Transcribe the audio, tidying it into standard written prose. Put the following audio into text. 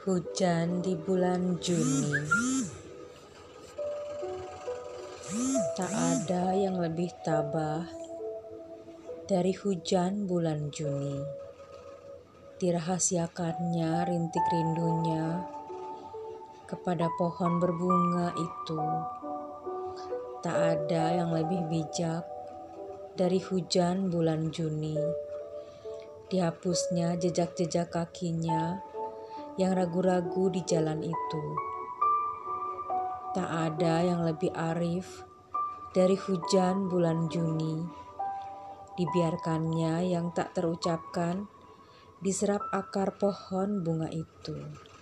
Hujan di bulan Juni. Tak ada yang lebih tabah dari hujan bulan Juni. Dirahasiakannya rintik rindunya kepada pohon berbunga itu. Tak ada yang lebih bijak dari hujan bulan Juni. Dihapusnya jejak-jejak kakinya yang ragu-ragu di jalan itu. Tak ada yang lebih arif dari hujan bulan Juni. Dibiarkannya yang tak terucapkan diserap akar pohon bunga itu.